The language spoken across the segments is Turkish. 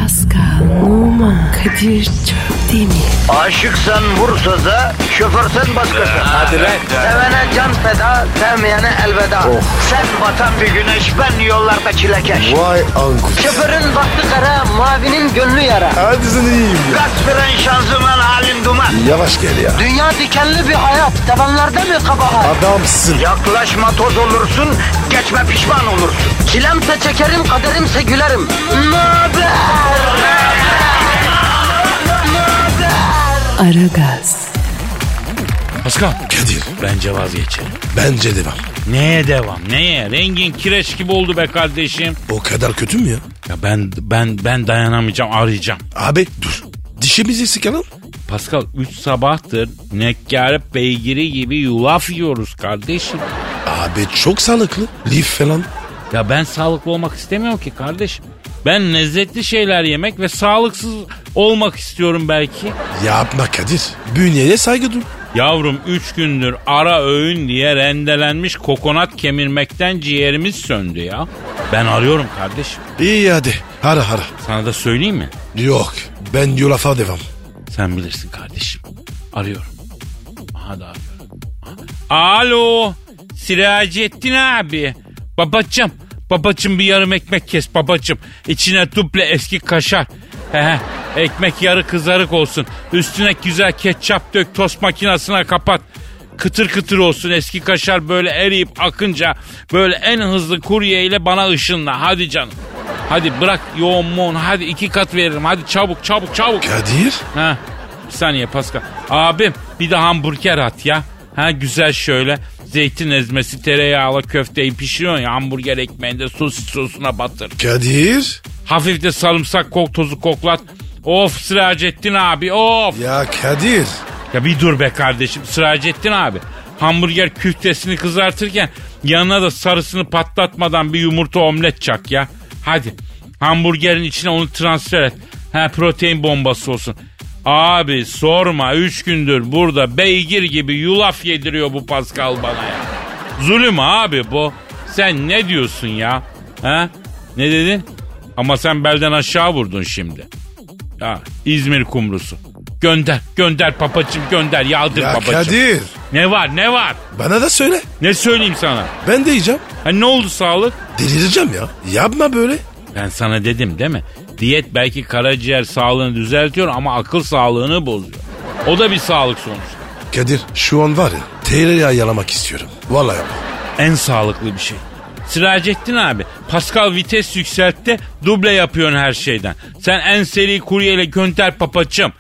Pascal, Oman, Kadir çok değil mi? Aşıksan vursa da, şoförsen başkasın. Hadi lan. Sevene can feda, sevmeyene elveda. Sen batan bir güneş, ben yollarda çilekeş. Vay anku. Şoförün baktı kara, mavinin gönlü yara. Hadi sen iyiyim ya. Kasperen şanzıman halin duman. Yavaş gel ya. Dünya dikenli bir hayat, sevenlerde mi kabahar? Adamsın. Yaklaşma toz olursun, geçme pişman olursun. Çilemse çekerim, kaderimse gülerim. Möber! Aragaz, Pascal. Kadir. Bence vazgeçelim. Bence devam. Neye devam? Neye? Rengin kireç gibi oldu be kardeşim. O kadar kötü mü ya? Ya ben dayanamayacağım, arayacağım. Abi dur. Dişimizi sıkalım. Pascal 3 sabahtır nekkâre beygiri gibi yulaf yiyoruz kardeşim. Abi çok sağlıklı. Lif falan. Ya ben sağlıklı olmak istemiyorum ki kardeşim. Ben lezzetli şeyler yemek ve sağlıksız olmak istiyorum belki. Yapma Kadir. Bünyeye saygı duy. Yavrum 3 gündür ara öğün diye rendelenmiş kokonat kemirmekten ciğerimiz söndü ya. Ben arıyorum kardeşim. İyi hadi. Ara. Sana da söyleyeyim mi? Yok. Ben yulafa devam. Sen bilirsin kardeşim. Arıyorum. Hadi arıyorum. Alo. Siracettin abi. Babacım bir yarım ekmek kes babacım. İçine duble eski kaşar. Ekmek yarı kızarık olsun. Üstüne güzel ketçap dök, tost makinesine kapat. Kıtır kıtır olsun, eski kaşar böyle eriyip akınca böyle en hızlı kurye ile bana ışınla. Hadi canım. Hadi bırak yoğun hadi 2 kat veririm. Hadi çabuk. Kadir. Bir saniye Pascal. Abim bir de hamburger at ya. Güzel şöyle zeytin ezmesi, tereyağlı köfteyi pişiriyorsun ya, hamburger ekmeğinde sosis sosuna batır. Kadir. Hafif de sarımsak tozu koklat. Of Sıracettin abi of. Ya Kadir. Ya bir dur be kardeşim Sıracettin abi. Hamburger küftesini kızartırken yanına da sarısını patlatmadan bir yumurta omlet çak ya. Hadi hamburgerin içine onu transfer et. Protein bombası olsun. Abi sorma 3 gündür burada beygir gibi yulaf yediriyor bu Pascal bana ya. Zulüm abi bu. Sen ne diyorsun ya? Ne dedin? Ama sen belden aşağı vurdun şimdi. Ya İzmir kumrusu. Gönder papacığım gönder yağdır Ya babacığım. Kadir. Ne var? Bana da söyle. Ne söyleyeyim sana? Ben de yiyeceğim. Ne oldu sağlık? Delireceğim ya. Yapma böyle. Ben sana dedim değil mi? Diyet belki karaciğer sağlığını düzeltiyor ama akıl sağlığını bozuyor. O da bir sağlık sonuçta. Kadir şu an var ya tereyağı yalamak istiyorum. Vallahi yapma. En sağlıklı bir şey. Sıracettin abi Pascal vites yükseltti, duble yapıyorsun her şeyden. Sen en seri kuryeyle gönder papaçım.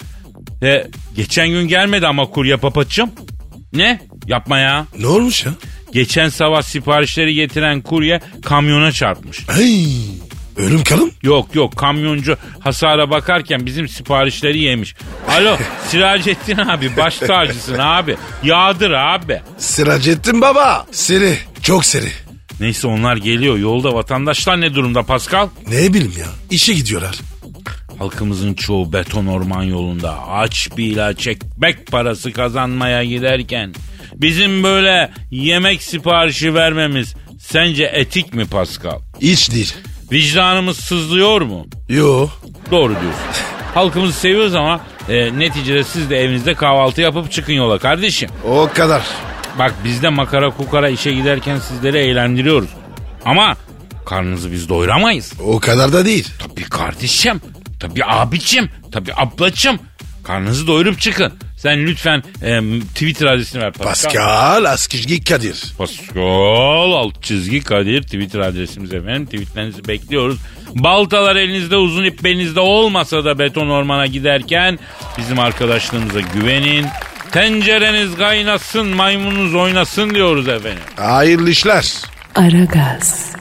Geçen gün gelmedi ama kurye papaçım. Ne? Yapma ya. Ne olmuş ya? Geçen sabah siparişleri getiren kurye kamyona çarpmış. Ay, ölüm kalım. Yok kamyoncu hasara bakarken bizim siparişleri yemiş. Alo Siracettin abi baş tacısın abi. Yağdır abi. Siracettin baba. Seri. Çok seri. Neyse onlar geliyor. Yolda vatandaşlar ne durumda Pascal? Ne bileyim ya. İşe gidiyorlar. Halkımızın çoğu beton orman yolunda aç bir ilaç ekmek parası kazanmaya giderken bizim böyle yemek siparişi vermemiz sence etik mi Pascal? Hiç değil. Vicdanımız sızlıyor mu? Yo. Doğru diyorsun. Halkımızı seviyoruz ama neticede siz de evinizde kahvaltı yapıp çıkın yola kardeşim. O kadar. Bak biz de makara kukara işe giderken sizleri eğlendiriyoruz. Ama karnınızı biz doyuramayız. O kadar da değil. Tabii kardeşim, tabii abicim, tabii ablacım. Karnınızı doyurup çıkın. Sen lütfen Twitter adresini ver Pascal Askizgi Kadir. Pascal _ Kadir Twitter adresimiz efendim. Tweetlerinizi bekliyoruz. Baltalar elinizde, uzun ip belinizde olmasa da beton ormana giderken bizim arkadaşlığımıza güvenin. Tencereniz kaynasın, maymununuz oynasın diyoruz efendim. Hayırlı işler. Aragaz.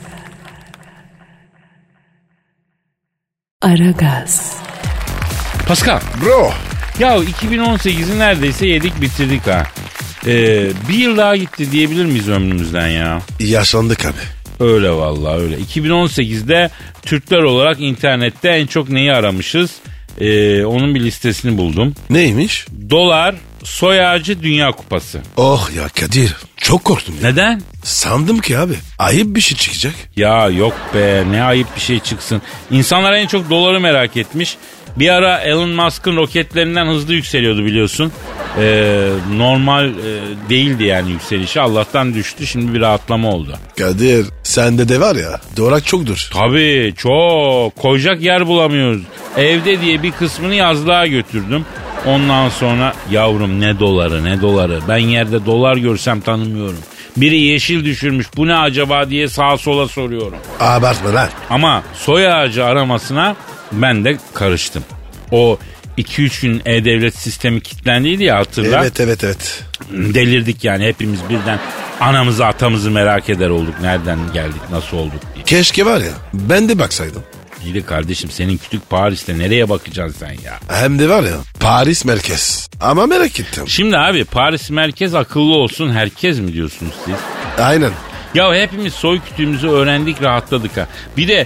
Pascal. Bro. Ya 2018'i neredeyse yedik bitirdik ha. Bir yıl daha gitti diyebilir miyiz ömrümüzden ya? Yaşlandık abi. Öyle vallahi öyle. 2018'de Türkler olarak internette en çok neyi aramışız? Onun bir listesini buldum. Neymiş? Dolar, Soy Ağacı Dünya Kupası. Oh ya Kadir, çok korktum ya. Neden? Sandım ki abi ayıp bir şey çıkacak. Ya yok be, ne ayıp bir şey çıksın. İnsanlar en çok doları merak etmiş. Bir ara Elon Musk'ın roketlerinden hızlı yükseliyordu biliyorsun. Normal değildi yani yükselişi. Allah'tan düştü, şimdi bir rahatlama oldu. Kadir sende de var ya doğrak çoktur. Tabii çok. Koyacak yer bulamıyoruz. Evde diye bir kısmını yazlığa götürdüm. Ondan sonra yavrum ne doları. Ben yerde dolar görsem tanımıyorum. Biri yeşil düşürmüş, bu ne acaba diye sağa sola soruyorum. Abartma lan. Ama soy ağacı aramasına ben de karıştım. O 2-3 gün E-Devlet sistemi kilitlendiydi ya, hatırla. Evet. Delirdik yani, hepimiz birden anamızı atamızı merak eder olduk. Nereden geldik, nasıl olduk diye. Keşke var ya ben de baksaydım. İyi de kardeşim, senin küçük Paris'te nereye bakacaksın sen ya? Hem de var ya Paris merkez. Ama merak ettim. Şimdi abi, Paris merkez akıllı olsun herkes mi diyorsunuz siz? Aynen. Ya hepimiz soy kütüğümüzü öğrendik, rahatladık ha. Bir de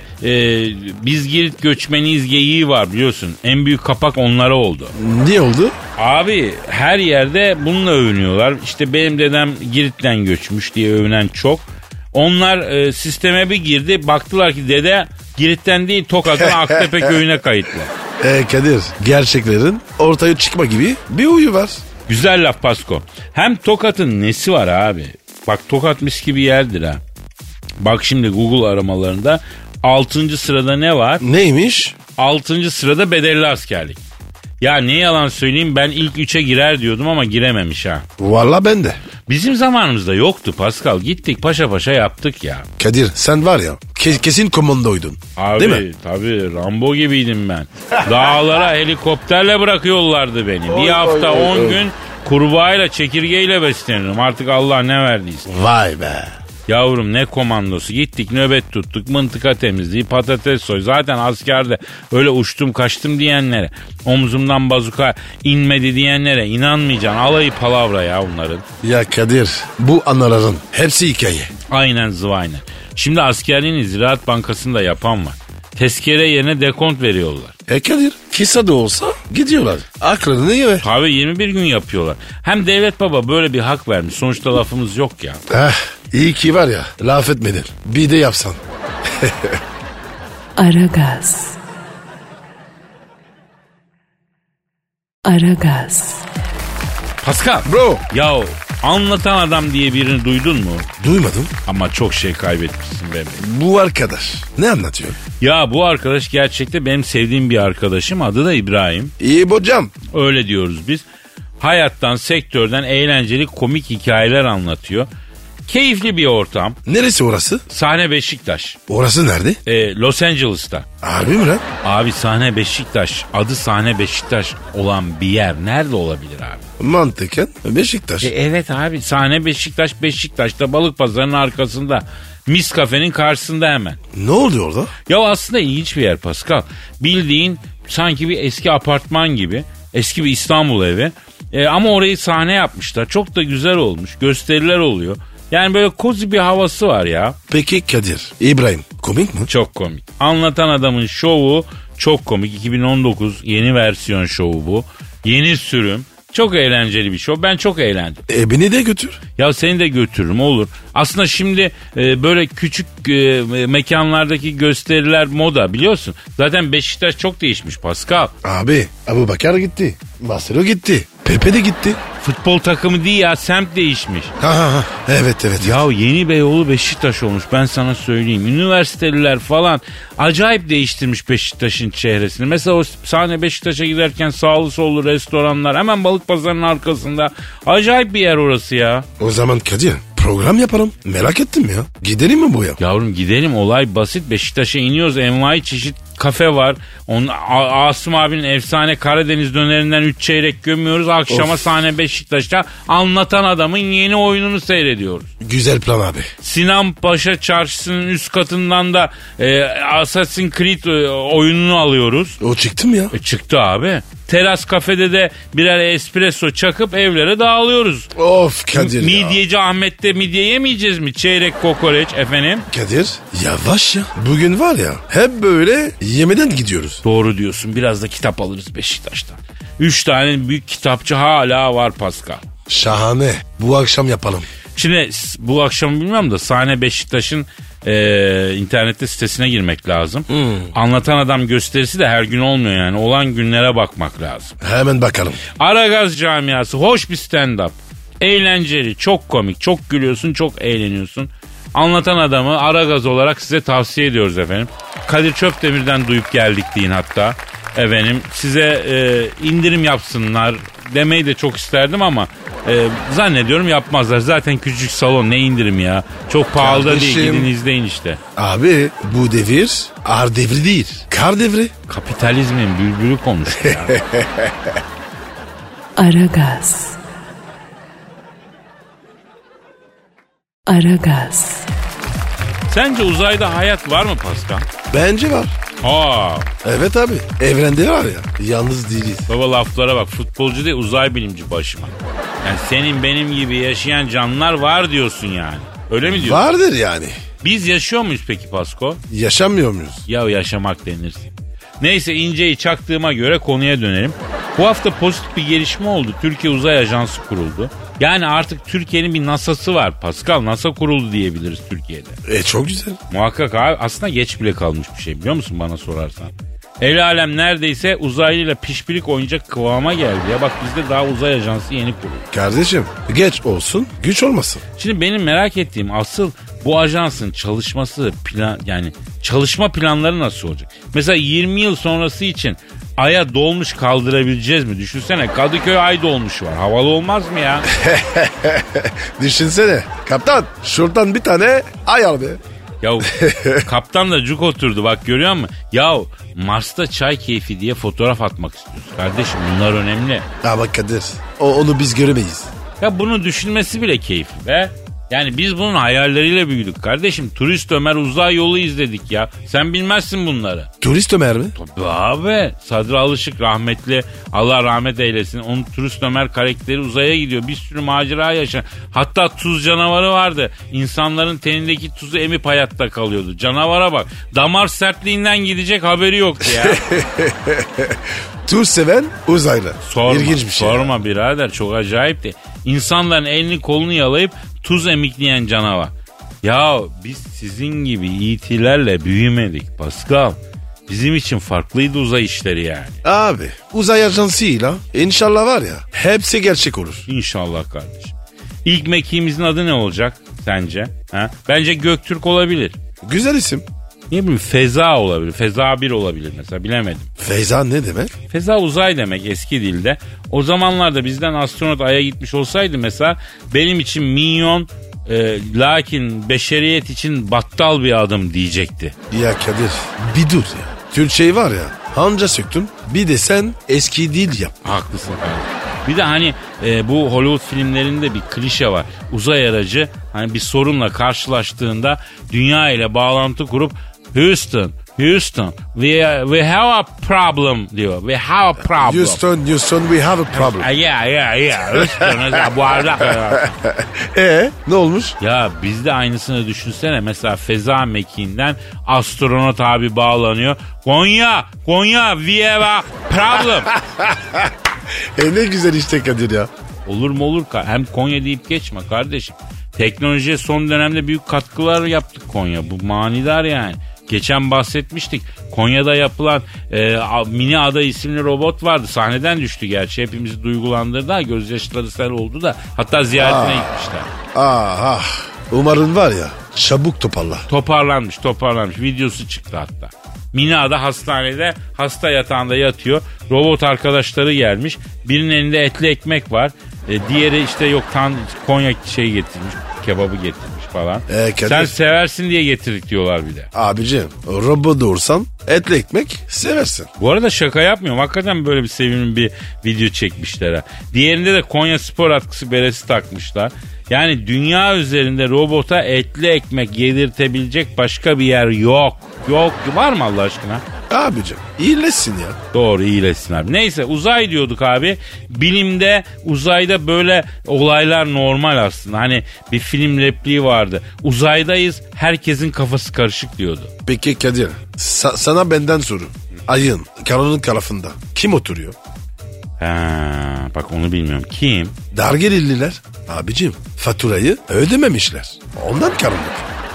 biz Girit göçmeniyiz geyiği var biliyorsun. En büyük kapak onlara oldu. Niye oldu? Abi her yerde bununla övünüyorlar. İşte benim dedem Girit'ten göçmüş diye övünen çok. Onlar sisteme bir girdi, baktılar ki dede Girit'ten değil Tokat'ın Aktepe köyüne kayıtlı. Kadir, gerçeklerin ortaya çıkma gibi bir huyu var. Güzel laf Pasko. Hem Tokat'ın nesi var abi? Bak Tokat mis gibi yerdir ha. Bak şimdi Google aramalarında 6. sırada ne var? Neymiş? 6. sırada bedelli askerlik. Ya ne yalan söyleyeyim, ben ilk 3'e girer diyordum ama girememiş ha. Valla ben de. Bizim zamanımızda yoktu Pascal. Gittik paşa paşa yaptık ya. Kadir sen var ya kesin komandoydun. Abi değil mi? Tabii Rambo gibiydim ben. Dağlara helikopterle bırakıyorlardı beni. Bir hafta 10 gün kurbağayla çekirgeyle beslenirim. Artık Allah ne verdiyse. Vay be. Yavrum ne komandosu, gittik nöbet tuttuk, mıntıka temizliği, patates soy. Zaten askerde öyle uçtum kaçtım diyenlere, omzumdan bazuka inmedi diyenlere inanmayacaksın. Alayı palavra ya bunların. Ya Kadir bu anıların hepsi hikaye. Aynen zıvaynen. Şimdi askerliğini Ziraat Bankası'nda yapan var. Tezkere yerine dekont veriyorlar. Kadir kısa da olsa gidiyorlar. Aklını yeme. Tabii 21 gün yapıyorlar. Hem devlet baba böyle bir hak vermiş. Sonuçta lafımız yok ya. İyi ki var ya laf etmedin. Bir de yapsan. Aragaz. Pascal. Bro. Ya Anlatan Adam diye birini duydun mu? Duymadım. Ama çok şey kaybetmişsin benim. Bu arkadaş ne anlatıyor? Ya bu arkadaş gerçekten benim sevdiğim bir arkadaşım. Adı da İbrahim. İyi hocam. Öyle diyoruz biz. Hayattan, sektörden eğlenceli komik hikayeler anlatıyor. Keyifli bir ortam. Neresi orası? Sahne Beşiktaş. Orası nerede? Los Angeles'ta. Harbi mi lan? Abi sahne Beşiktaş. Adı sahne Beşiktaş olan bir yer nerede olabilir abi? Mantıken Beşiktaş. Evet abi, sahne Beşiktaş. Beşiktaş'ta Balıkpazarı'nın arkasında. Mis Kafe'nin karşısında hemen. Ne oldu orada? Ya aslında ilginç bir yer Pascal. Bildiğin sanki bir eski apartman gibi. Eski bir İstanbul evi. Ama orayı sahne yapmışlar. Çok da güzel olmuş. Gösteriler oluyor. Yani böyle cozy bir havası var ya. Peki Kadir, İbrahim komik mi? Çok komik. Anlatan Adam'ın şovu çok komik. 2019 yeni versiyon şovu bu. Yeni sürüm. Çok eğlenceli bir şov. Ben çok eğlendim. Beni de götür. Ya seni de götürürüm, olur. Aslında şimdi böyle küçük mekanlardaki gösteriler moda biliyorsun. Zaten Beşiktaş çok değişmiş Pascal. Abi Abubakar gitti. Marcelo gitti. Pepe de gitti. Futbol takımı değil ya, semt değişmiş. Ha. Evet. Ya Yeni Beyoğlu Beşiktaş olmuş, ben sana söyleyeyim. Üniversiteliler falan acayip değiştirmiş Beşiktaş'ın çehresini. Mesela o sahne Beşiktaş'a giderken sağlı sollu restoranlar hemen Balıkpazarı'nın arkasında. Acayip bir yer orası ya. O zaman Kadir program yapalım. Merak ettim ya. Gidelim mi bu ya? Yavrum gidelim, olay basit. Beşiktaş'a iniyoruz, envai çeşit kafe var. Asım abinin efsane Karadeniz dönerinden 3 çeyrek gömüyoruz. Akşama sahne Beşiktaş'ta Anlatan Adam'ın yeni oyununu seyrediyoruz. Güzel plan abi. Sinan Paşa Çarşısı'nın üst katından da Assassin's Creed oyununu alıyoruz. O çıktı mı ya? Çıktı abi. Teras kafede de birer espresso çakıp evlere dağılıyoruz. Of Kadir ya. Midyeci Ahmet'te midye yemeyeceğiz mi? Çeyrek kokoreç efendim. Kadir yavaş ya. Bugün var ya hep böyle yemeden gidiyoruz. Doğru diyorsun, biraz da kitap alırız Beşiktaş'tan. 3 tane büyük kitapçı hala var Pascal. Şahane. Bu akşam yapalım. Şimdi bu akşam bilmem de Sahne Beşiktaş'ın internette sitesine girmek lazım. Anlatan Adam gösterisi de her gün olmuyor yani. Olan günlere bakmak lazım. Hemen bakalım. Aragaz camiası hoş bir stand-up. Eğlenceli, çok komik, çok gülüyorsun, çok eğleniyorsun. Anlatan Adam'ı Aragaz olarak size tavsiye ediyoruz efendim. Kadir Çöpdemir'den duyup geldik deyin hatta. Efendim size indirim yapsınlar demeyi de çok isterdim ama zannediyorum yapmazlar. Zaten küçük salon, ne indirim ya. Çok pahalı da değil, gidin izleyin işte. Abi bu devir ar devri değil, kar devri. Kapitalizmin bülbülü konuştu ya. Aragaz. Aragaz. Sence uzayda hayat var mı Pascal? Bence var. Aa, Evet abi, evrende var ya, yalnız değiliz. baba laflara bak, futbolcu değil uzay bilimci başıma. Yani senin benim gibi yaşayan canlılar var diyorsun yani. Öyle mi diyorsun? Vardır yani. Biz yaşıyor muyuz peki Pasko? Yaşamıyor muyuz? Ya yaşamak denirsin. Neyse, inceyi çaktığıma göre konuya dönelim. Bu hafta pozitif bir gelişme oldu. Türkiye Uzay Ajansı kuruldu. Yani artık Türkiye'nin bir NASA'sı var Pascal. NASA kuruldu diyebiliriz Türkiye'de. Çok güzel. Muhakkak abi, aslında geç bile kalmış bir şey biliyor musun bana sorarsan. El alem neredeyse uzaylıyla pişpirik oynayacak kıvama geldi ya. Bak bizde daha Uzay Ajansı yeni kuruldu. Kardeşim geç olsun güç olmasın. Şimdi benim merak ettiğim asıl bu ajansın çalışması yani çalışma planları nasıl olacak? Mesela 20 yıl sonrası için Ay'a dolmuş kaldırabileceğiz mi? Düşünsene, Kadıköy Ay dolmuşu var. Havalı olmaz mı ya? Düşünsene kaptan şuradan bir tane ay al be. Ya kaptan da cuk oturdu bak, görüyor musun? Ya Mars'ta çay keyfi diye fotoğraf atmak istiyoruz. Kardeşim bunlar önemli. Ama Kadir onu biz göremeyiz. Ya bunu düşünmesi bile keyifli be. Yani biz bunun hayalleriyle büyüdük kardeşim. Turist Ömer uzay yolu izledik ya. Sen bilmezsin bunları. Turist Ömer mi? Tabii abi. Sadri Alışık rahmetli, Allah rahmet eylesin. Onun Turist Ömer karakteri uzaya gidiyor. Bir sürü macera yaşar. Hatta tuz canavarı vardı. İnsanların tenindeki tuzu emip hayatta kalıyordu. Canavara bak. Damar sertliğinden gidecek haberi yoktu ya. Tuz seven uzaylı. Sorma, İlginç bir şey. sorma ya. birader, çok acayipti. İnsanların elini kolunu yalayıp tuz emikleyen canavar. Ya biz sizin gibi itilerle büyümedik Pascal. Bizim için farklıydı uzay işleri yani. Abi uzay ajansıyla inşallah var ya hepsi gerçek olur. İnşallah kardeşim. İlk mekiğimizin adı ne olacak sence? Ha? Bence Göktürk olabilir. Güzel isim. Ne bileyim, Feza olabilir. Feza 1 olabilir mesela, bilemedim. Feyza ne demek? Feza uzay demek eski dilde. O zamanlarda bizden astronot Ay'a gitmiş olsaydı mesela benim için minyon lakin beşeriyet için battal bir adım diyecekti. Ya Kadir bir dur ya. Türkçeyi var ya anca söktüm. Bir de sen eski dil yap. Haklısın kardeşim. Bir de hani bu Hollywood filmlerinde bir klişe var. Uzay aracı hani bir sorunla karşılaştığında dünya ile bağlantı kurup Houston, we have a problem diyor. We have a problem. Houston, we have a problem. Yeah. Houston, bu arada. Ne olmuş? Ya biz de aynısını düşünsene. Mesela feza mekiğinden astronot abi bağlanıyor. Konya, we have a problem. Ne güzel işte Kadir ya. Olur mu olur ka? Hem Konya deyip geçme kardeşim. Teknolojiye son dönemde büyük katkılar yaptık Konya. Bu manidar yani. Geçen bahsetmiştik. Konya'da yapılan Mini Ada isimli robot vardı. Sahneden düştü gerçi. Hepimizi duygulandırdı. Gözyaşları sel oldu da. Hatta ziyaretine gitmişler. Umarım var ya çabuk toparla. Toparlanmış. Videosu çıktı hatta. Mini Ada hastanede hasta yatağında yatıyor. Robot arkadaşları gelmiş. Birinin elinde etli ekmek var. Diğeri işte yok Konya getirmiş. Kebabı getirmiş falan. Sen seversin diye getirdik diyorlar bir de. Abicim robot doğursan etli ekmek seversin. Bu arada şaka yapmıyorum. Hakikaten böyle bir sevimli bir video çekmişler ha. Diğerinde de Konya Spor atkısı beresi takmışlar. Yani dünya üzerinde robota etli ekmek yedirtebilecek başka bir yer yok. Yok. Var mı Allah aşkına? Abicim iyileşsin ya. Doğru, iyileşsin abi. Neyse, uzay diyorduk abi. Bilimde uzayda böyle olaylar normal aslında. Hani bir film repliği vardı. Uzaydayız, herkesin kafası karışık diyordu. Peki Kadir sana benden soru. Ayın karanlık tarafında kim oturuyor? Bak onu bilmiyorum. Kim? Dargelililer. Abicim faturayı ödememişler. Ondan karanlık.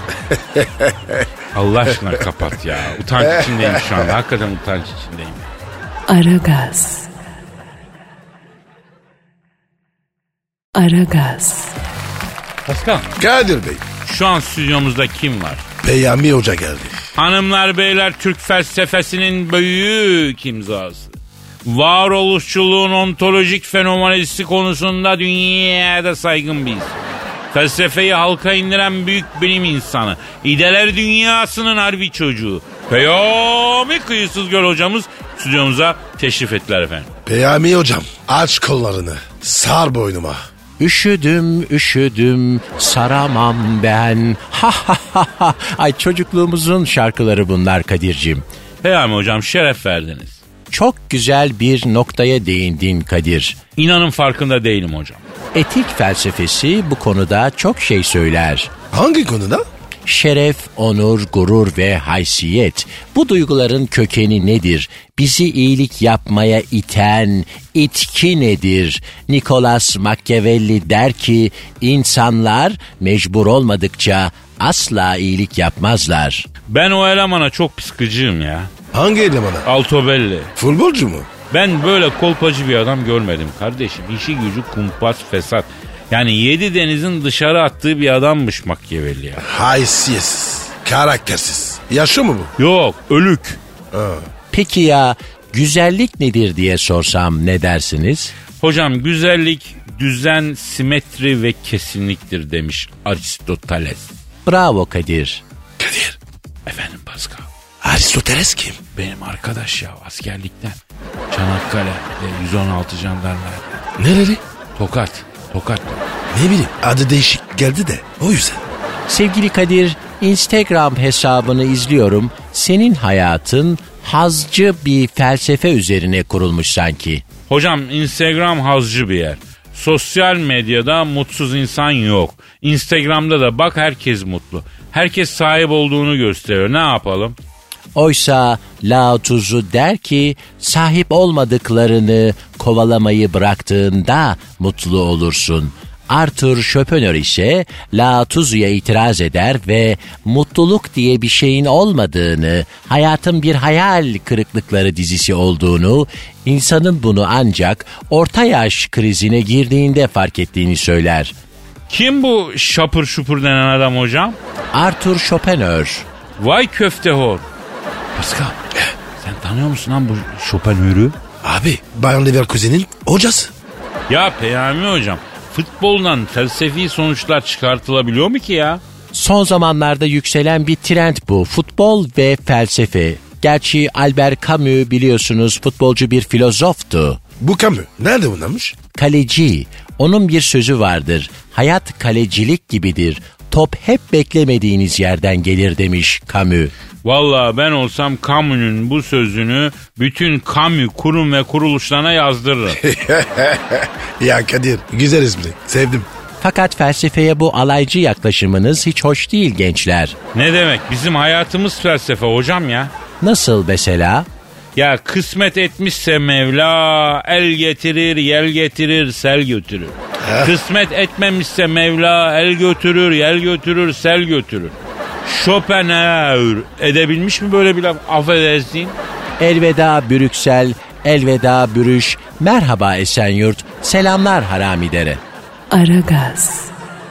Allah aşkına kapat ya. Utanç içindeyim şu anda. Hakikaten utanç içindeyim. Aragaz. Aragaz. Pascal, Kadir Bey. şu an stüdyomuzda kim var? Peyami Hoca geldi. Hanımlar beyler, Türk felsefesinin büyük imzası. Varoluşçuluğun ontolojik fenomenolojisi konusunda dünyada saygın bir isim. Felsefeyi halka indiren büyük bilim insanı. İdeler dünyasının harbi çocuğu. Peyami Kıyısız Göl hocamız stüdyomuza teşrif ettiler efendim. Peyami Hocam aç kollarını sar boynuma. Üşüdüm, saramam ben. Ha ha ha ha. Ay çocukluğumuzun şarkıları bunlar Kadir'cim. Peyami hocam, şeref verdiniz. Çok güzel bir noktaya değindin Kadir. İnanın farkında değilim hocam. Etik felsefesi bu konuda çok şey söyler. Hangi konuda? Şeref, onur, gurur ve haysiyet. Bu duyguların kökeni nedir? Bizi iyilik yapmaya iten itki nedir? Nicholas Machiavelli der ki insanlar mecbur olmadıkça asla iyilik yapmazlar. Ben o elemana çok psikiciyim ya. Hangi elemana? Altobelli. Futbolcu mu? Ben böyle kolpacı bir adam görmedim kardeşim. İşi gücü kumpas fesat. Yani 7 denizin dışarı attığı bir adammış Machiavelli ya. Haysiyetsiz, karaktersiz. Yaşlı mı bu? Yok, ölük. Peki ya güzellik nedir diye sorsam ne dersiniz? Hocam, güzellik düzen, simetri ve kesinliktir demiş Aristoteles. Bravo Kadir. Kadir. Efendim Pascal. Aristoteles kim? Benim arkadaş ya, askerlikten. Çanakkale 116 jandarma. Nereli? Tokat. Ne bileyim adı değişik geldi de o yüzden. Sevgili Kadir, Instagram hesabını izliyorum. Senin hayatın hazcı bir felsefe üzerine kurulmuş sanki. Hocam, Instagram hazcı bir yer. Sosyal medyada mutsuz insan yok. Instagram'da da bak herkes mutlu. Herkes sahip olduğunu gösteriyor. Ne yapalım? Oysa Lao Tzu der ki sahip olmadıklarını kovalamayı bıraktığında mutlu olursun. Arthur Schopenhauer ise Lao Tzu'ya itiraz eder ve mutluluk diye bir şeyin olmadığını, hayatın bir hayal kırıklıkları dizisi olduğunu, insanın bunu ancak orta yaş krizine girdiğinde fark ettiğini söyler. Kim bu şapır şupur denen adam hocam? Arthur Schopenhauer. Vay köftehor. Pascal, sen tanıyor musun lan bu Schopenhauer'ü? Abi Bayer Leverkusen'in hocası. Ya Peyami hocam, futboldan felsefi sonuçlar çıkartılabiliyor mu ki ya? Son zamanlarda yükselen bir trend bu. Futbol ve felsefe. Gerçi Albert Camus biliyorsunuz futbolcu bir filozoftu. Bu Camus nerede bunlarmış? Kaleci. Onun bir sözü vardır. Hayat kalecilik gibidir. Top hep beklemediğiniz yerden gelir demiş Camus. Vallahi ben olsam Camus'un bu sözünü bütün Camus kurum ve kuruluşlarına yazdırırım. Ya Kadir güzel ismi sevdim. Fakat felsefeye bu alaycı yaklaşımınız hiç hoş değil gençler. Ne demek? Bizim hayatımız felsefe hocam ya. Nasıl mesela? Ya kısmet etmişse Mevla el getirir, yel getirir, sel götürür. Kısmet etmemişse Mevla el götürür, yel götürür, sel götürür. Schopenhauer edebilmiş mi böyle bir laf? Affedersin. Elveda Brüksel, elveda Brüş, merhaba Esenyurt, selamlar haramidere. Aragaz.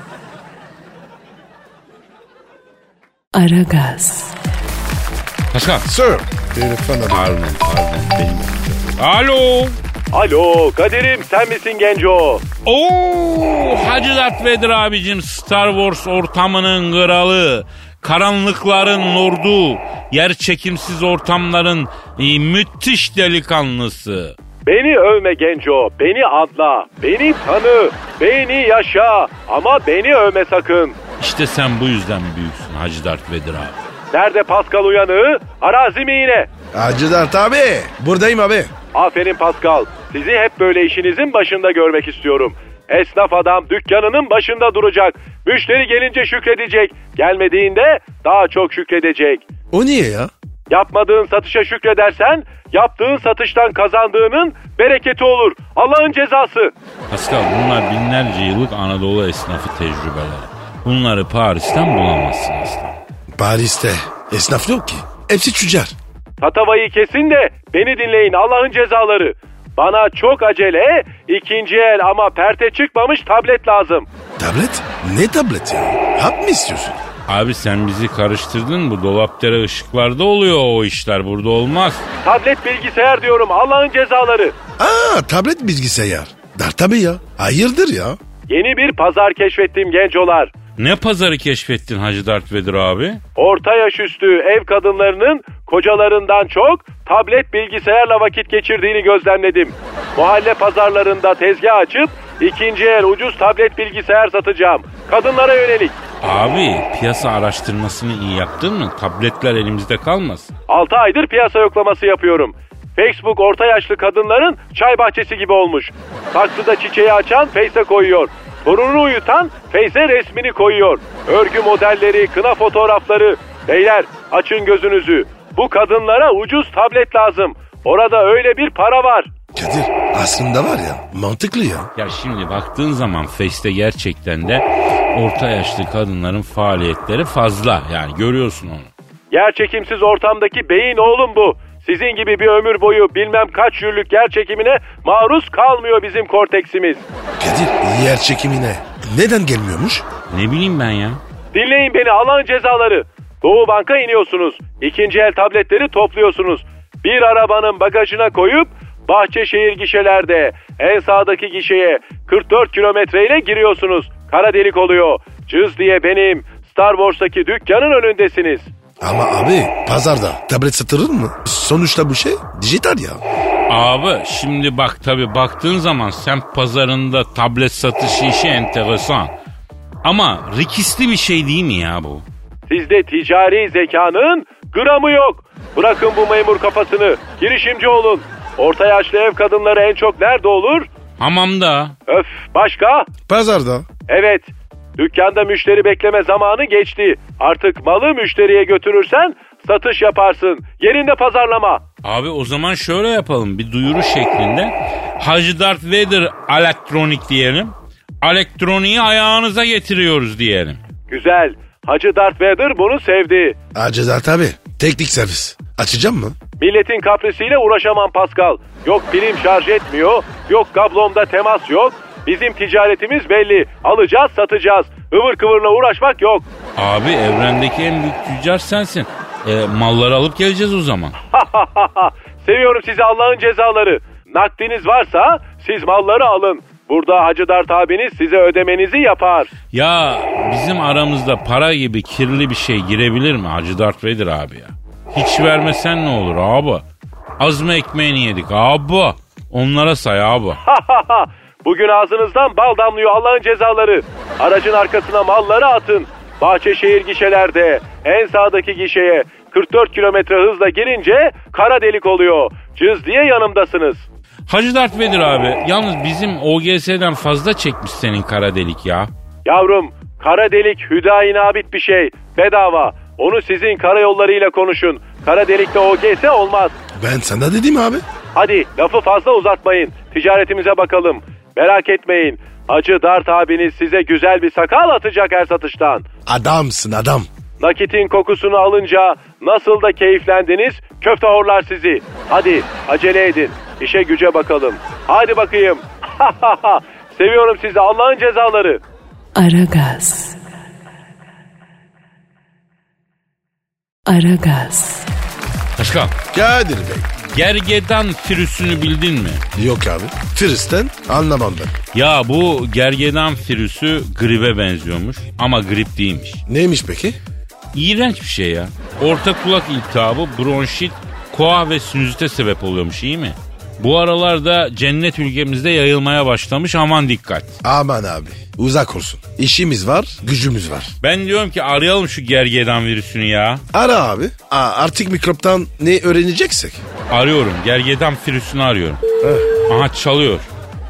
Aragaz. Pascal. Sir. Telefon alayım. Pardon benim. Alo. Alo Kadir'im, sen misin genco? Oo, Hacı Darth Vader abicim, Star Wars ortamının kralı, karanlıkların lordu, yer çekimsiz ortamların müthiş delikanlısı. Beni övme genco, beni adla, beni tanı, beni yaşa ama beni övme sakın. İşte sen bu yüzden büyüksün Hacı Darth Vader abi. Nerede Pascal uyanığı? Arazi mi yine? Hacı Dert abi. Buradayım abi. Aferin Pascal. Sizi hep böyle işinizin başında görmek istiyorum. Esnaf adam dükkanının başında duracak. Müşteri gelince şükredecek. Gelmediğinde daha çok şükredecek. O niye ya? Yapmadığın satışa şükredersen yaptığın satıştan kazandığının bereketi olur. Allah'ın cezası. Pascal, bunlar binlerce yıllık Anadolu esnafı tecrübeleri. Bunları Paris'ten bulamazsın aslan. Paris'te esnaf yok ki. Hepsi tüccar. Tatavayı kesin de beni dinleyin, Allah'ın cezaları. Bana çok acele, ikinci el ama perte çıkmamış tablet lazım. Tablet? Ne tablet ya? Hap mı istiyorsun? Abi sen bizi karıştırdın, bu dolapdere ışıklarda oluyor o işler, burada olmaz. Tablet bilgisayar diyorum, Allah'ın cezaları. Aa, tablet bilgisayar. Dert tabii ya. Hayırdır ya? Yeni bir pazar keşfettim gencolar. Ne pazarı keşfettin Hacı Dert Vedir abi? Orta yaş üstü ev kadınlarının kocalarından çok tablet bilgisayarla vakit geçirdiğini gözlemledim. Mahalle pazarlarında tezgah açıp ikinci el ucuz tablet bilgisayar satacağım. Kadınlara yönelik. Abi piyasa araştırmasını iyi yaptın mı? Tabletler elimizde kalmaz. 6 aydır piyasa yoklaması yapıyorum. Facebook orta yaşlı kadınların çay bahçesi gibi olmuş. Saksıda çiçeği açan Face'e koyuyor. Torununu uyutan Face'e resmini koyuyor. Örgü modelleri, kına fotoğrafları. Beyler açın gözünüzü. Bu kadınlara ucuz tablet lazım. Orada öyle bir para var. Kadir aslında var ya, mantıklı ya. Ya şimdi baktığın zaman Face'te gerçekten de orta yaşlı kadınların faaliyetleri fazla. Yani görüyorsun onu. Yerçekimsiz ortamdaki beyin oğlum bu. Sizin gibi bir ömür boyu bilmem kaç yıllık yer çekimine maruz kalmıyor bizim korteksimiz. Kadir yer çekimine neden gelmiyormuş? Ne bileyim ben ya. Dinleyin beni, Allah'ın cezaları. Doğu Bank'a iniyorsunuz. İkinci el tabletleri topluyorsunuz. Bir arabanın bagajına koyup Bahçeşehir gişelerde en sağdaki gişeye 44 kilometreyle giriyorsunuz. Kara delik oluyor. Cız diye benim Star Wars'taki dükkanın önündesiniz. Ama abi pazarda tablet satılır mı? Sonuçta bu şey dijital ya. Abi şimdi bak tabii baktığın zaman semt pazarında tablet satışı işi enteresan. Ama riskli bir şey değil mi ya bu? Sizde ticari zekanın gramı yok. Bırakın bu memur kafasını. Girişimci olun. Orta yaşlı ev kadınları en çok nerede olur? Hamamda. Öf, başka? Pazarda. Evet. Dükkanda müşteri bekleme zamanı geçti. Artık malı müşteriye götürürsen satış yaparsın. Yerinde pazarlama. Abi o zaman şöyle yapalım, bir duyuru şeklinde. Hacı Dert Vedir elektronik diyelim. Elektroniği ayağınıza getiriyoruz diyelim. Güzel. Hacı Darth Vader bunu sevdi. Hacı Dert abi teknik servis. Açacağım mı? Milletin kaprisiyle uğraşamam Pascal. Yok pilim şarj etmiyor. Yok kablomda temas yok. Bizim ticaretimiz belli. Alacağız, satacağız. Ivır kıvırla uğraşmak yok. Abi evrendeki en büyük tüccar sensin. Malları alıp geleceğiz o zaman. Seviyorum sizi, Allah'ın cezaları. Nakdiniz varsa siz malları alın. Burada Hacı Dert abiniz size ödemenizi yapar. Ya bizim aramızda para gibi kirli bir şey girebilir mi Hacı Dert Vedir abi ya? Hiç vermesen ne olur abi? Az mı ekmeğini yedik abi? Onlara say abi. Bugün ağzınızdan bal damlıyor, Allah'ın cezaları. Aracın arkasına malları atın. Bahçeşehir gişelerde en sağdaki gişeye 44 kilometre hızla gelince kara delik oluyor. Cız diye yanımdasınız. Hacı Dert Vedir abi, yalnız bizim OGS'den fazla çekmiş senin kara delik ya. Yavrum, kara delik hüdayi nabit bir şey. Bedava. Onu sizin karayollarıyla konuşun. Kara delikte OGS olmaz. Ben sana dedim abi. Hadi lafı fazla uzatmayın. Ticaretimize bakalım. Merak etmeyin. Hacı Dert abiniz size güzel bir sakal atacak her satıştan. Adamsın adam. Nakitin kokusunu alınca nasıl da keyiflendiniz, köfte horlar sizi. Hadi acele edin. İşe güce bakalım. Hadi bakayım. Seviyorum sizi, Allah'ın cezaları. Aragaz. Aragaz. Pascal, Kadir Bey. gergedan virüsünü bildin mi? Yok abi. Firisten anlamam ben. Ya bu gergedan virüsü gribe benziyormuş ama grip değilmiş. Neymiş peki? İğrenç bir şey ya. Orta kulak iltihabı, bronşit, koa ve sinüzite sebep oluyormuş, iyi mi? Bu aralarda cennet ülkemizde yayılmaya başlamış, aman dikkat. Aman abi uzak olsun. İşimiz var, gücümüz var. Ben diyorum ki arayalım şu gergedan virüsünü ya. Ara abi. Artık mikroptan ne öğreneceksek? Arıyorum, gergedan virüsünü arıyorum. Aha çalıyor.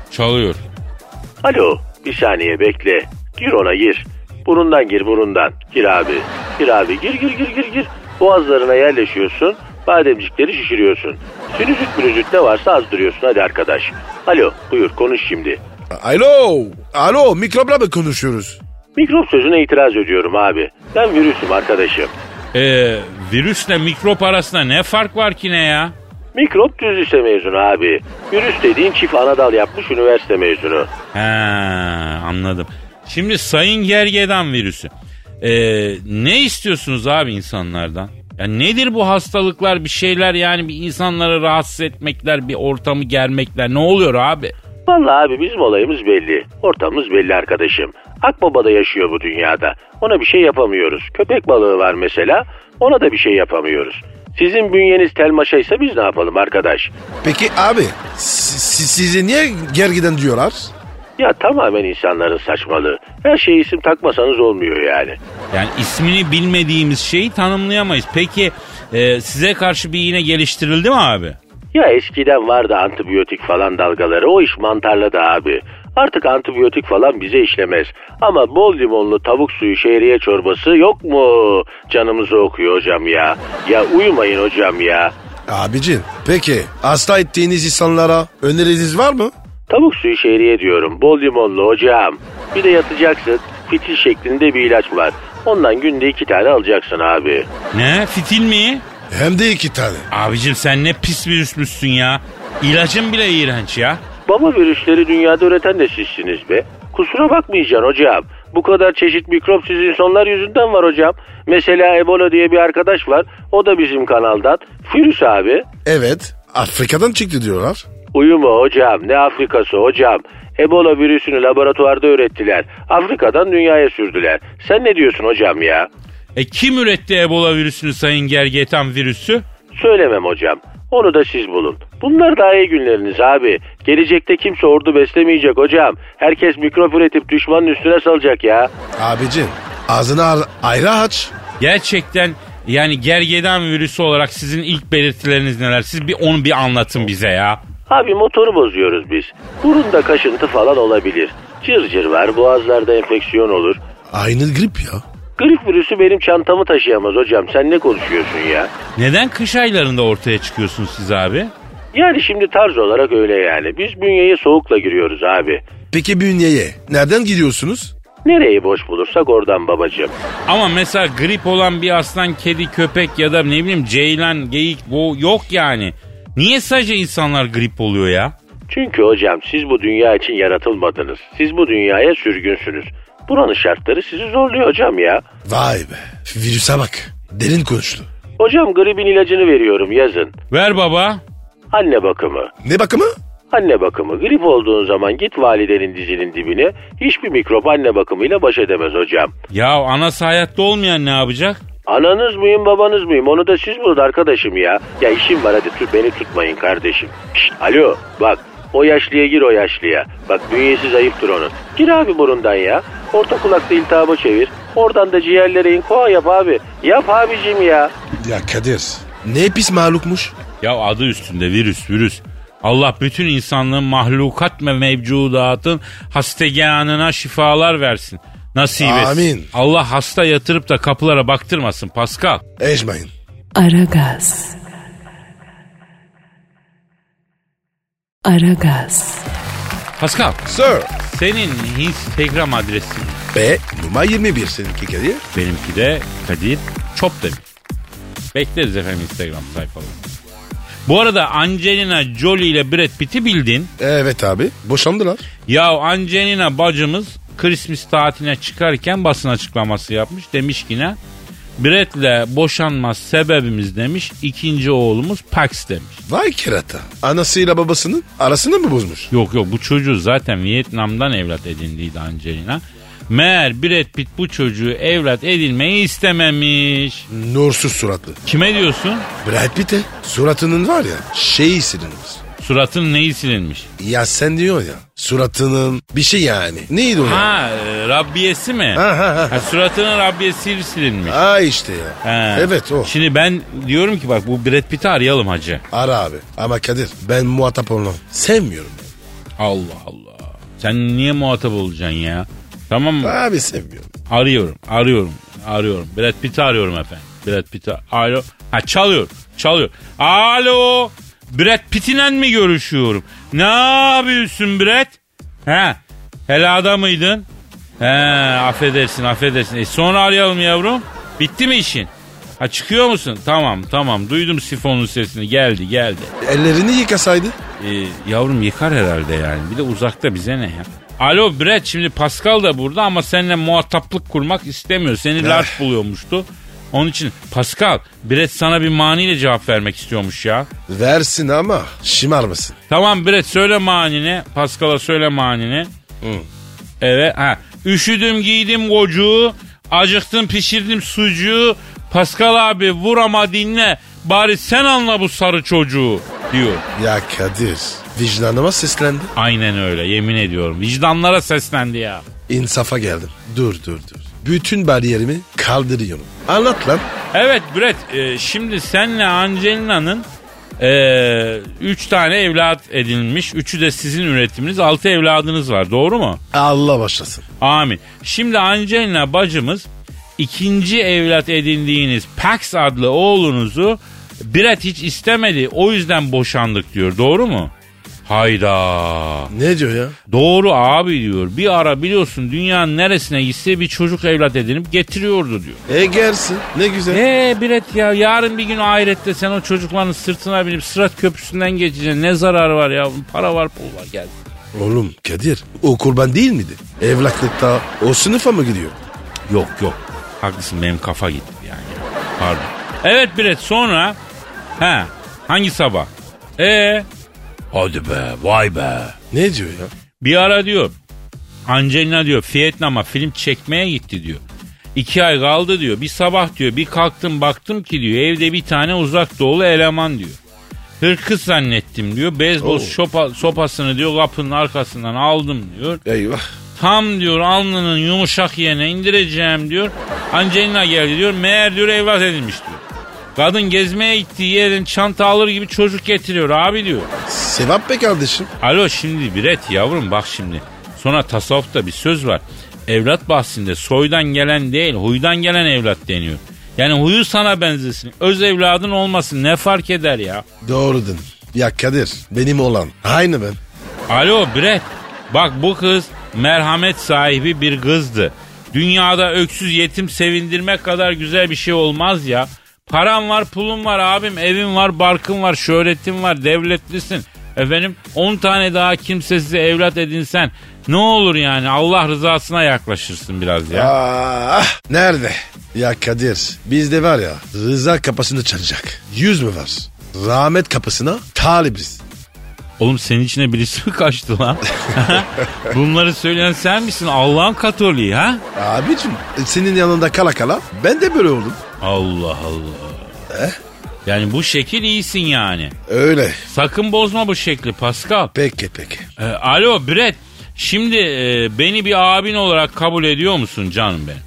Alo, bir saniye bekle. Gir ona gir. Burundan gir burundan. Gir abi. Gir abi gir. Boğazlarına yerleşiyorsun. Bademcikleri şişiriyorsun. Sinüzit ne varsa azdırıyorsun hadi arkadaş. Alo buyur konuş şimdi. Alo mikropla mı konuşuyoruz? Mikrop sözüne itiraz ediyorum abi. Ben virüsüm arkadaşım. Virüsle mikrop arasında ne fark var ki ne ya? Mikrop düz lise mezunu abi. Virüs dediğin çift anadal yapmış üniversite mezunu. He, anladım. Şimdi sayın gergedan virüsü. Ne istiyorsunuz abi insanlardan? Ya nedir bu hastalıklar, bir şeyler, yani bir insanları rahatsız etmekler, bir ortamı germekler, ne oluyor abi? Vallahi abi bizim olayımız belli. Ortamımız belli arkadaşım. Akbaba da yaşıyor bu dünyada. Ona bir şey yapamıyoruz. Köpek balığı var mesela. Ona da bir şey yapamıyoruz. Sizin bünyeniz telmaşaysa biz ne yapalım arkadaş? Peki abi size niye gergeden diyorlar? Ya tamamen insanların saçmalığı. Her şeye isim takmasanız olmuyor yani. Yani ismini bilmediğimiz şeyi tanımlayamayız. Peki size karşı bir iğne geliştirildi mi abi? Ya eskiden vardı antibiyotik falan dalgaları. O iş mantarladı abi. Artık antibiyotik falan bize işlemez. Ama bol limonlu tavuk suyu şehriye çorbası yok mu? Canımızı okuyor hocam ya. Ya uyumayın hocam ya. Abicim peki hasta ettiğiniz insanlara öneriniz var mı? Tavuk suyu şehriye diyorum. Bol limonlu hocam. Bir de yatacaksın. Fitil şeklinde bir ilaç var. Ondan günde 2 tane alacaksın abi. Ne? Fitil mi? Hem de 2 tane. Abicim sen ne pis virüsmüşsün ya. İlacın bile iğrenç ya. Baba virüsleri dünyada üreten de sizsiniz be. Kusura bakmayacaksın hocam. Bu kadar çeşit mikrop siz insanlar yüzünden var hocam. Mesela Ebola diye bir arkadaş var. O da bizim kanaldan. Virüs abi. Evet Afrika'dan çıktı diyorlar. Uyuma hocam, ne Afrikası hocam. Ebola virüsünü laboratuvarda ürettiler. Afrika'dan dünyaya sürdüler. Sen ne diyorsun hocam ya? Kim üretti Ebola virüsünü sayın gergedan virüsü? Söylemem hocam. Onu da siz bulun. Bunlar daha iyi günleriniz abi. Gelecekte kimse ordu beslemeyecek hocam. Herkes mikrop üretip düşmanın üstüne salacak ya. Abicim ağzını ayrı aç. Gerçekten yani gergedan virüsü olarak sizin ilk belirtileriniz neler? Siz onu bir anlatın bize ya. Abi motoru bozuyoruz biz. Burunda kaşıntı falan olabilir. Cırcır var, boğazlarda enfeksiyon olur. Aynı grip ya. Grip virüsü benim çantamı taşıyamaz hocam. Sen ne konuşuyorsun ya? Neden kış aylarında ortaya çıkıyorsunuz siz abi? Yani şimdi tarz olarak öyle yani. Biz bünyeye soğukla giriyoruz abi. Peki bünyeye nereden gidiyorsunuz? Nereyi boş bulursak oradan babacığım. Ama mesela grip olan bir aslan, kedi, köpek ya da ne bileyim ceylan, geyik bu yok yani. Niye sadece insanlar grip oluyor ya? Çünkü hocam siz bu dünya için yaratılmadınız. Siz bu dünyaya sürgünsünüz. Buranın şartları sizi zorluyor hocam ya. Vay be virüse bak derin konuştu. Hocam gripin ilacını veriyorum yazın. Ver baba. Anne bakımı. Ne bakımı? Anne bakımı. Grip olduğun zaman git validenin dizinin dibine. Hiçbir mikrop anne bakımıyla baş edemez hocam. Ya anası hayatta olmayan ne yapacak? Ananız mıyım babanız mıyım onu da siz bulun arkadaşım ya. Ya işim var hadi beni tutmayın kardeşim. Şişt, alo bak o yaşlıya gir o yaşlıya. Bak bünyesi zayıftır onun. Gir abi burundan ya. Orta kulakta iltihabı çevir. Oradan da ciğerlere in koa yap abi. Yap abicim ya. Ya Kadir ne pis mahlukmuş. Ya adı üstünde virüs. Allah bütün insanlığın mahlukat ve mevcudatın hasteganına şifalar versin. Nasip etsin. Amin. Allah hasta yatırıp da kapılara baktırmasın Pascal. Ecmain. Aragaz. Pascal. Sir. Senin Instagram adresin. Numara 21 seninki Kadir. Benimki de Kadir Çopdemir. Bekleriz efendim Instagram sayfalarında. Bu arada Angelina Jolie ile Brad Pitt'i bildin. Evet abi boşandılar. Ya Angelina bacımız Christmas tatiline çıkarken basın açıklaması yapmış. Demiş ki ne? Brad'le boşanma sebebimiz demiş. İkinci oğlumuz Pax demiş. Vay kerata. Anasıyla babasının arasını mı bozmuş? Yok bu çocuğu zaten Vietnam'dan evlat edindiydi Angelina. Meğer Brad Pitt bu çocuğu evlat edinmeyi istememiş. Nursuz suratlı. Kime diyorsun? Brad Pitt'e suratının var ya silinmiş. Suratının neyi silinmiş? Ya sen diyor ya suratının bir şey yani. Neydi o ya? Ha Rabbiyesi mi? Ha. Suratının Rabbiyesi silinmiş. Ha işte ya. Ha. Evet o. Şimdi ben diyorum ki bak bu Brad Pitt'i arayalım hacı. Ara abi. Ama Kadir ben muhatap olmam. Sevmiyorum. Allah Allah. Sen niye muhatap olacaksın ya? Tamam mı? Abi sevmiyorum. Arıyorum. Brad Pitt'i arıyorum efendim. Brad Pitt'i. Alo. Ha çalıyor. Alo. Brad Pitt'le mi görüşüyorum? Ne yapıyorsun Brad? Ha. Helada mıydın? He affedersin. Sonra arayalım yavrum. Bitti mi işin? Ha çıkıyor musun? Tamam. Duydum sifonun sesini. Geldi. Ellerini yıkasaydı. Yavrum yıkar herhalde yani. Bir de uzakta bize ne ya? Alo Brad, şimdi Pascal da burada ama seninle muhataplık kurmak istemiyor. Seni large buluyormuştu. Onun için Pascal, Brad sana bir maniyle cevap vermek istiyormuş ya. Versin ama şımarmasın. Tamam Brad, söyle manini. Pascal'a söyle manini. Evet. Üşüdüm giydim kocuğu. Acıktım pişirdim sucuğu. Pascal abi vur ama dinle. Bari sen anla bu sarı çocuğu diyor. Ya Kadir, vicdanıma seslendi. Aynen öyle, yemin ediyorum. Vicdanlara seslendi ya. İnsafa geldim. Dur. Bütün bariyerimi kaldırıyorum. Anlat lan. Evet Brett, şimdi senle Angelina'nın 3 tane evlat edinilmiş. 3'ü de sizin üretiminiz. 6 evladınız var, doğru mu? Allah başlasın. Amin. Şimdi Angelina bacımız ikinci evlat edindiğiniz Pax adlı oğlunuzu Brett hiç istemedi. O yüzden boşandık diyor. Doğru mu? Hayda. Ne diyor ya? Doğru abi diyor. Bir ara biliyorsun dünyanın neresine gitse bir çocuk evlat edinip getiriyordu diyor. Gelsin. Ne güzel. Brett ya, yarın bir gün ahirette sen o çocukların sırtına binip Sırat Köprüsü'nden geçeceksin. Ne zararı var ya? Para var, pul var, gel. Oğlum Kadir, o kurban değil miydi? Evlatlıkta o sınıfa mı gidiyor? Yok. Haklısın, benim kafa gitti yani. Pardon. Evet Brett, sonra hangi sabah? Hadi be, vay be. Ne diyor ya? Bir ara diyor Angelina diyor Vietnam'a film çekmeye gitti diyor. 2 ay kaldı diyor. Bir sabah diyor bir kalktım baktım ki diyor evde bir tane uzak doğulu eleman diyor. Hırkız zannettim diyor. Beyzbol sopasını diyor kapının arkasından aldım diyor. Eyvah. Tam diyor alnının yumuşak yerine indireceğim diyor. Angelina geldi diyor. Meğer diyor evlat edilmiş diyor. Kadın gezmeye gittiği yerin çanta alır gibi çocuk getiriyor abi diyor. Sevap be kardeşim. Alo şimdi Brett yavrum bak şimdi. Sonra tasavvufta bir söz var. Evlat bahsinde soydan gelen değil huydan gelen evlat deniyor. Yani huyu sana benzesin. Öz evladın olmasın ne fark eder ya? Doğrudun. Ya Kadir benim olan. Aynı ben. Alo Brett. Bak bu kız merhamet sahibi bir kızdı. Dünyada öksüz yetim sevindirmek kadar güzel bir şey olmaz ya. Param var, pulum var abim, evim var, barkım var, şöhretim var, devletlisin. Efendim 10 tane daha kimsesiz evlat edinsen ne olur yani, Allah rızasına yaklaşırsın biraz ya. Nerede? Ya Kadir bizde var ya rıza kapısını çalacak. 100 mü var? Rahmet kapısına talibiz. Oğlum senin içine birisi mi kaçtı lan? Bunları söyleyen sen misin? Allah'ın Katoliği ha? Abicim senin yanında kala kala ben de böyle oldum. Allah Allah. Yani bu şekil iyisin yani. Öyle. Sakın bozma bu şekli Pascal. Peki. Alo Brett. Şimdi beni bir abin olarak kabul ediyor musun canım ben?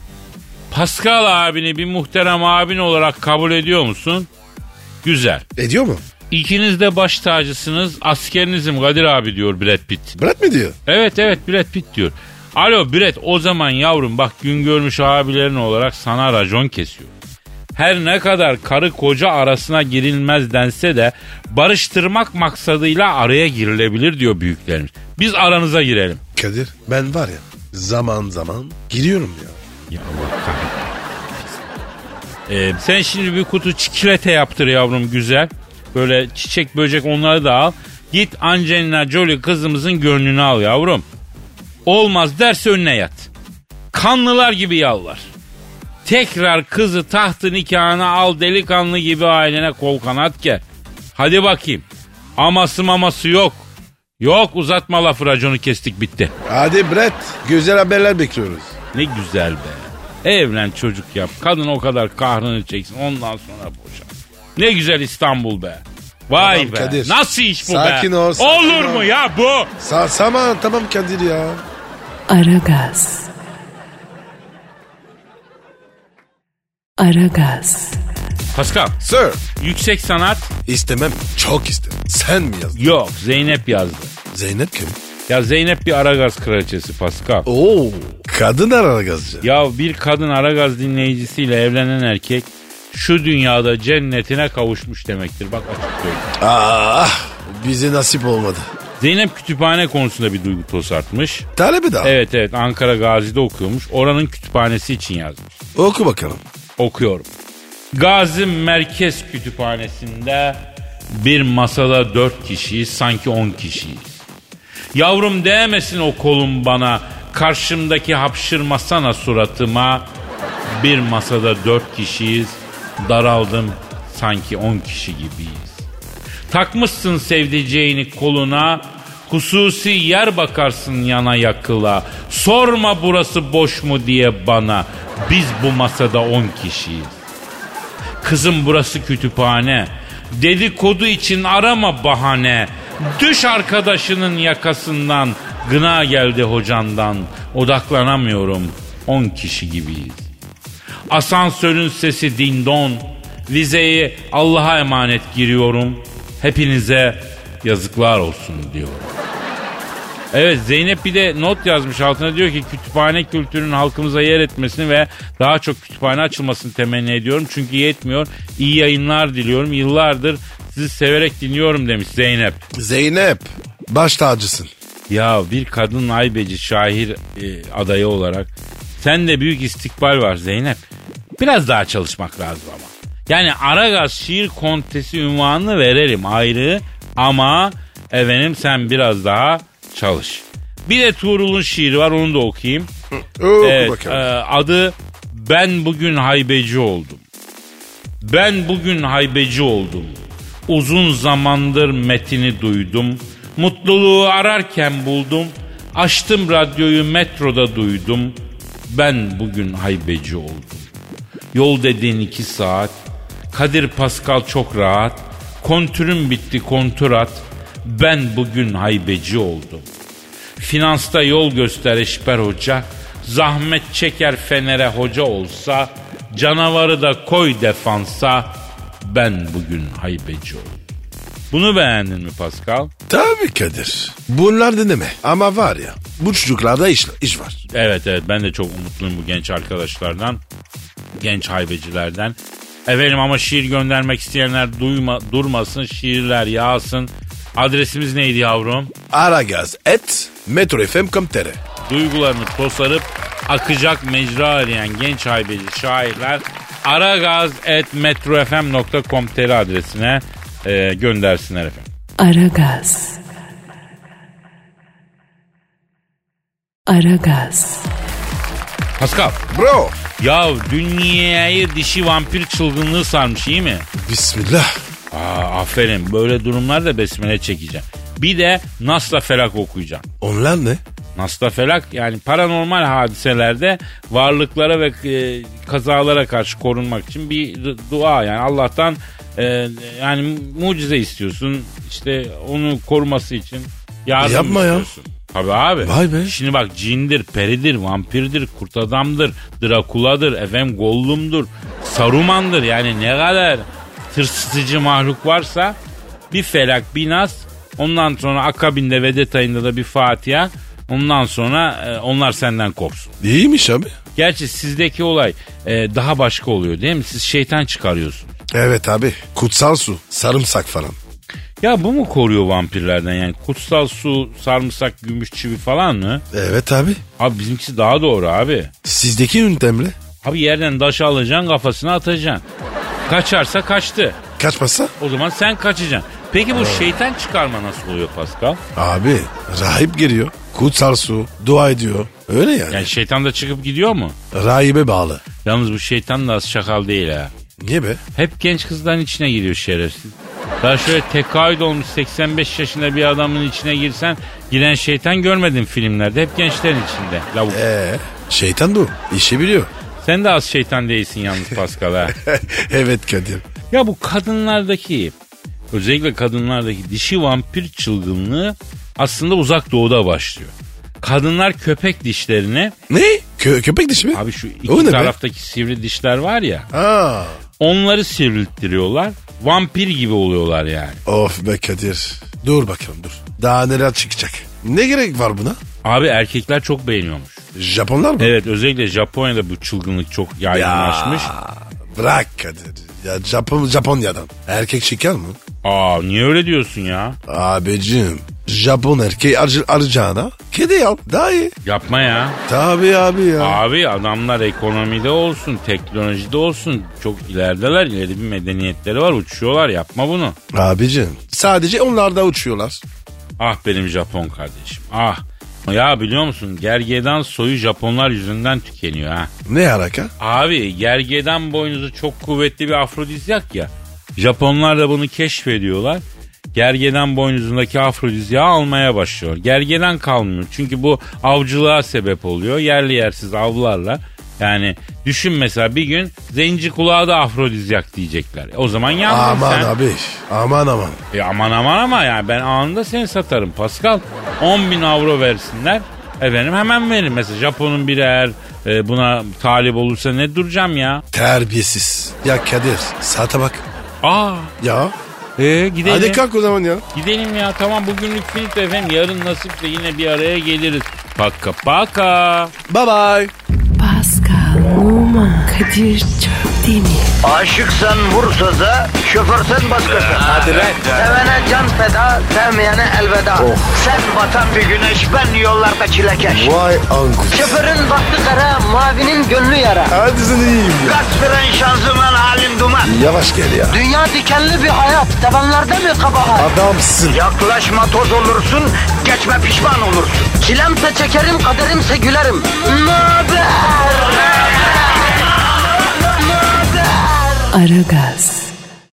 Pascal abini bir muhterem abin olarak kabul ediyor musun? Güzel. Ediyor mu? İkiniz de baş tacısınız. Askerinizim Kadir abi diyor Brad Pitt. Brad mi diyor? Evet Brad Pitt diyor. Alo Brett, o zaman yavrum bak gün görmüş abilerin olarak sana racon kesiyor. Her ne kadar karı koca arasına girilmez dense de barıştırmak maksadıyla araya girilebilir diyor büyüklerimiz. Biz aranıza girelim. Kadir ben var ya zaman giriyorum ya. Ya Allah kahretsin. Sen şimdi bir kutu çikolata yaptır yavrum güzel. Böyle çiçek böcek onları da al. Git Angelina Jolie kızımızın gönlünü al yavrum. Olmaz derse önüne yat. Kanlılar gibi yalvar. Tekrar kızı tahtı nikahına al, delikanlı gibi ailene kol kanat gel. Hadi bakayım. Aması maması yok. Yok uzatma lafı, raconu kestik bitti. Hadi Brett güzel haberler bekliyoruz. Ne güzel be. Evlen çocuk yap. Kadın o kadar kahrını çeksin ondan sonra boşan. Ne güzel İstanbul be. Vay Tamam be. Kadir. Nasıl iş bu Sakin be? ol, sakin Olur ol. mu ya bu? Tamam Kadir ya. Aragaz. Aragaz. Pascal, Sir. yüksek sanat İstemem. Çok isterim. Sen mi yazdın? yok. Zeynep yazdı. Zeynep kim? Ya Zeynep bir Aragaz kraliçesi Pascal. Oo. Kadın Aragazcı. Ya bir kadın Aragaz dinleyicisiyle evlenen erkek şu dünyada cennetine kavuşmuş demektir. Bak açık söyleyeyim. Bize nasip olmadı. Zeynep kütüphane konusunda bir duygu tosartmış. Talebi daha. Evet Ankara Gazi'de okuyormuş. Oranın kütüphanesi için yazmış. Oku bakalım. Okuyorum. Gazi Merkez Kütüphanesi'nde bir masada 4 kişiyiz, sanki 10 kişiyiz. Yavrum değmesin o kolum bana, karşımdaki hapşırmasana suratıma. Bir masada 4 kişiyiz, daraldım, sanki 10 kişi gibiyiz. Takmışsın sevdiceğini koluna, hususi yer bakarsın yana yakıla. Sorma burası boş mu diye bana, biz bu masada 10 kişiyiz. Kızım burası kütüphane, dedikodu için arama bahane. Düş arkadaşının yakasından, gına geldi hocandan. Odaklanamıyorum, 10 kişi gibiyiz. Asansörün sesi dindon, vizeyi Allah'a emanet giriyorum. Hepinize yazıklar olsun diyorum. Evet, Zeynep bir de not yazmış altına, diyor ki kütüphane kültürünün halkımıza yer etmesini ve daha çok kütüphane açılmasını temenni ediyorum. Çünkü yetmiyor. İyi yayınlar diliyorum. Yıllardır sizi severek dinliyorum demiş Zeynep. Zeynep. Baş tacısın. Ya bir kadın haybeci şair adayı olarak sende büyük istikbal var Zeynep. Biraz daha çalışmak lazım ama. Yani Aragaz şiir kontesi unvanını verelim ayrı ama efendim sen biraz daha çalış. Bir de Tuğrul'un şiiri var, onu da okuyayım. Oku Evet, bakalım. adı Ben Bugün Haybeci Oldum. Ben bugün haybeci oldum. Uzun zamandır metini duydum. Mutluluğu ararken buldum. Açtım radyoyu, metroda duydum. Ben bugün haybeci oldum. Yol dediğin 2 saat. Kadir Pascal çok rahat. Kontürüm bitti, kontur at. Ben bugün haybeci oldum. Finansta yol göster Eşber Hoca. Zahmet çeker Fener'e hoca olsa. Canavarı da koy defansa. Ben bugün haybeci oldum. Bunu beğendin mi Pascal? Tabii Kadir. Bunlar deneme. Ama var ya, bu çocuklarda iş var. Evet ben de çok umutluyum bu genç arkadaşlardan. Genç haybecilerden. Efendim ama şiir göndermek isteyenler durmasın, şiirler yağsın. Adresimiz neydi yavrum? Aragaz@metrofm.com.tr. Duygularını tosarıp akacak mecra arayan genç haybeci şairler aragaz@metrofm.com.tr adresine göndersinler efendim. Aragaz. Aragaz. Pascal, Bro. ya dünyayı dişi vampir çılgınlığı sarmış, iyi mi? Bismillah. Aferin, böyle durumlarda besmele çekeceğim. Bir de Nasla Felak okuyacağım. Onlar ne? Nasla Felak yani paranormal hadiselerde varlıklara ve kazalara karşı korunmak için bir dua, yani Allah'tan yani mucize istiyorsun, işte onu koruması için yardım Yapma istiyorsun. Ya. Tabii abi. Vay be. Şimdi bak, cindir, peridir, vampirdir, kurt adamdır, Drakula'dır, efendim Gollum'dur, Saruman'dır, yani ne kadar tırsıtıcı mahluk varsa bir Felak, bir Nas, ondan sonra akabinde Vedet ayında da bir Fatiha, ondan sonra onlar senden korksun. İyiymiş abi. Gerçi sizdeki olay daha başka oluyor değil mi? Siz şeytan çıkarıyorsunuz. Evet abi. Kutsal su, sarımsak falan. Ya bu mu koruyor vampirlerden, yani kutsal su, sarımsak, gümüş çivi falan mı? Evet abi. Abi bizimkisi daha doğru abi. Sizdeki yöntemle? Abi yerden taşı alacaksın, kafasına atacaksın. Kaçarsa kaçtı. Kaçmazsa? O zaman sen kaçacaksın. Peki bu şeytan çıkarma nasıl oluyor Pascal? Abi rahip geliyor. Kutsal su, dua ediyor. Öyle yani. Yani şeytan da çıkıp gidiyor mu? Rahibe bağlı. Yalnız bu şeytan da az şakal değil ha. Niye be? Hep genç kızların içine giriyor şerefsiz. Daha şöyle tekaüt olmuş 85 yaşında bir adamın içine girsen, giren şeytan görmedin filmlerde. Hep gençlerin içinde. Lavuk. Şeytan bu. İşi biliyor. Sen de az şeytan değilsin yalnız Pascal ha. Evet Kadir. Ya bu kadınlardaki özellikle kadınlardaki dişi vampir çılgınlığı aslında uzak doğuda başlıyor. Kadınlar köpek dişlerini... Ne? Köpek dişi mi? Abi şu O iki ne be? taraftaki sivri dişler var ya. Aa. Onları sivrilttiriyorlar. Vampir gibi oluyorlar yani. Of be Kadir. Dur bakalım dur. Daha neler çıkacak? Ne gerek var buna? Abi erkekler çok beğeniyormuş. Japonlar mı? Evet, özellikle Japonya'da bu çılgınlık çok yaygınlaşmış. Bırak Kadir. Ya Japonya'dan. Erkek çıkar mı? Aa, niye öyle diyorsun ya? Abicim. Japon erkeği arayacağına kedi al. Daha iyi. Yapma ya. Tabii abi ya. Abi adamlar ekonomide olsun, teknolojide olsun çok ilerideler. İleri bir medeniyetleri var, uçuyorlar, yapma bunu. Abicim. Sadece onlar da uçuyorlar. Ah benim Japon kardeşim, ah. Ya biliyor musun, gergedan soyu Japonlar yüzünden tükeniyor ha. Ne alaka? Abi gergedan boynuzu çok kuvvetli bir afrodizyak ya. Japonlar da bunu keşfediyorlar. Gergedan boynuzundaki afrodizyağı almaya başlıyor. Gergedan kalmıyor. Çünkü bu avcılığa sebep oluyor. Yerli yersiz avlarla. Yani düşün mesela bir gün zenci kulağı da afrodizyak diyecekler. O zaman yandın Aman sen. abi. Aman. Aman ama yani ben anında seni satarım Pascal. 10.000 avro versinler. Efendim hemen verin. Mesela Japon'un biri eğer buna talip olursa ne duracağım ya? Terbiyesiz. Ya Kadir saate bak. Aa. Ya. Gidelim. Hadi kalk o zaman ya. Gidelim ya, tamam, bugünlük finito efendim. Yarın nasiple yine bir araya geliriz. Paka. Bye bye. Pascal, Oman, Kadir çok değil mi? Aşıksan vursa da, şoförsen başkasın. Hadi lan. Sevene can feda, sevmeyene elveda. Sen batan bir güneş, ben yollarda çilekeş. Vay anku. Şoförün baktı kara, mavinin gönlü yara. Hadi sen iyiyim ya. Kasperen şanzıman halin duman. Yavaş gel ya. Dünya dikenli bir hayat, sevenlerde mi kabahar? Adamsın. Yaklaşma toz olursun, geçme pişman olursun. Çilemse çekerim, kaderimse gülerim. Möber! Aragaz.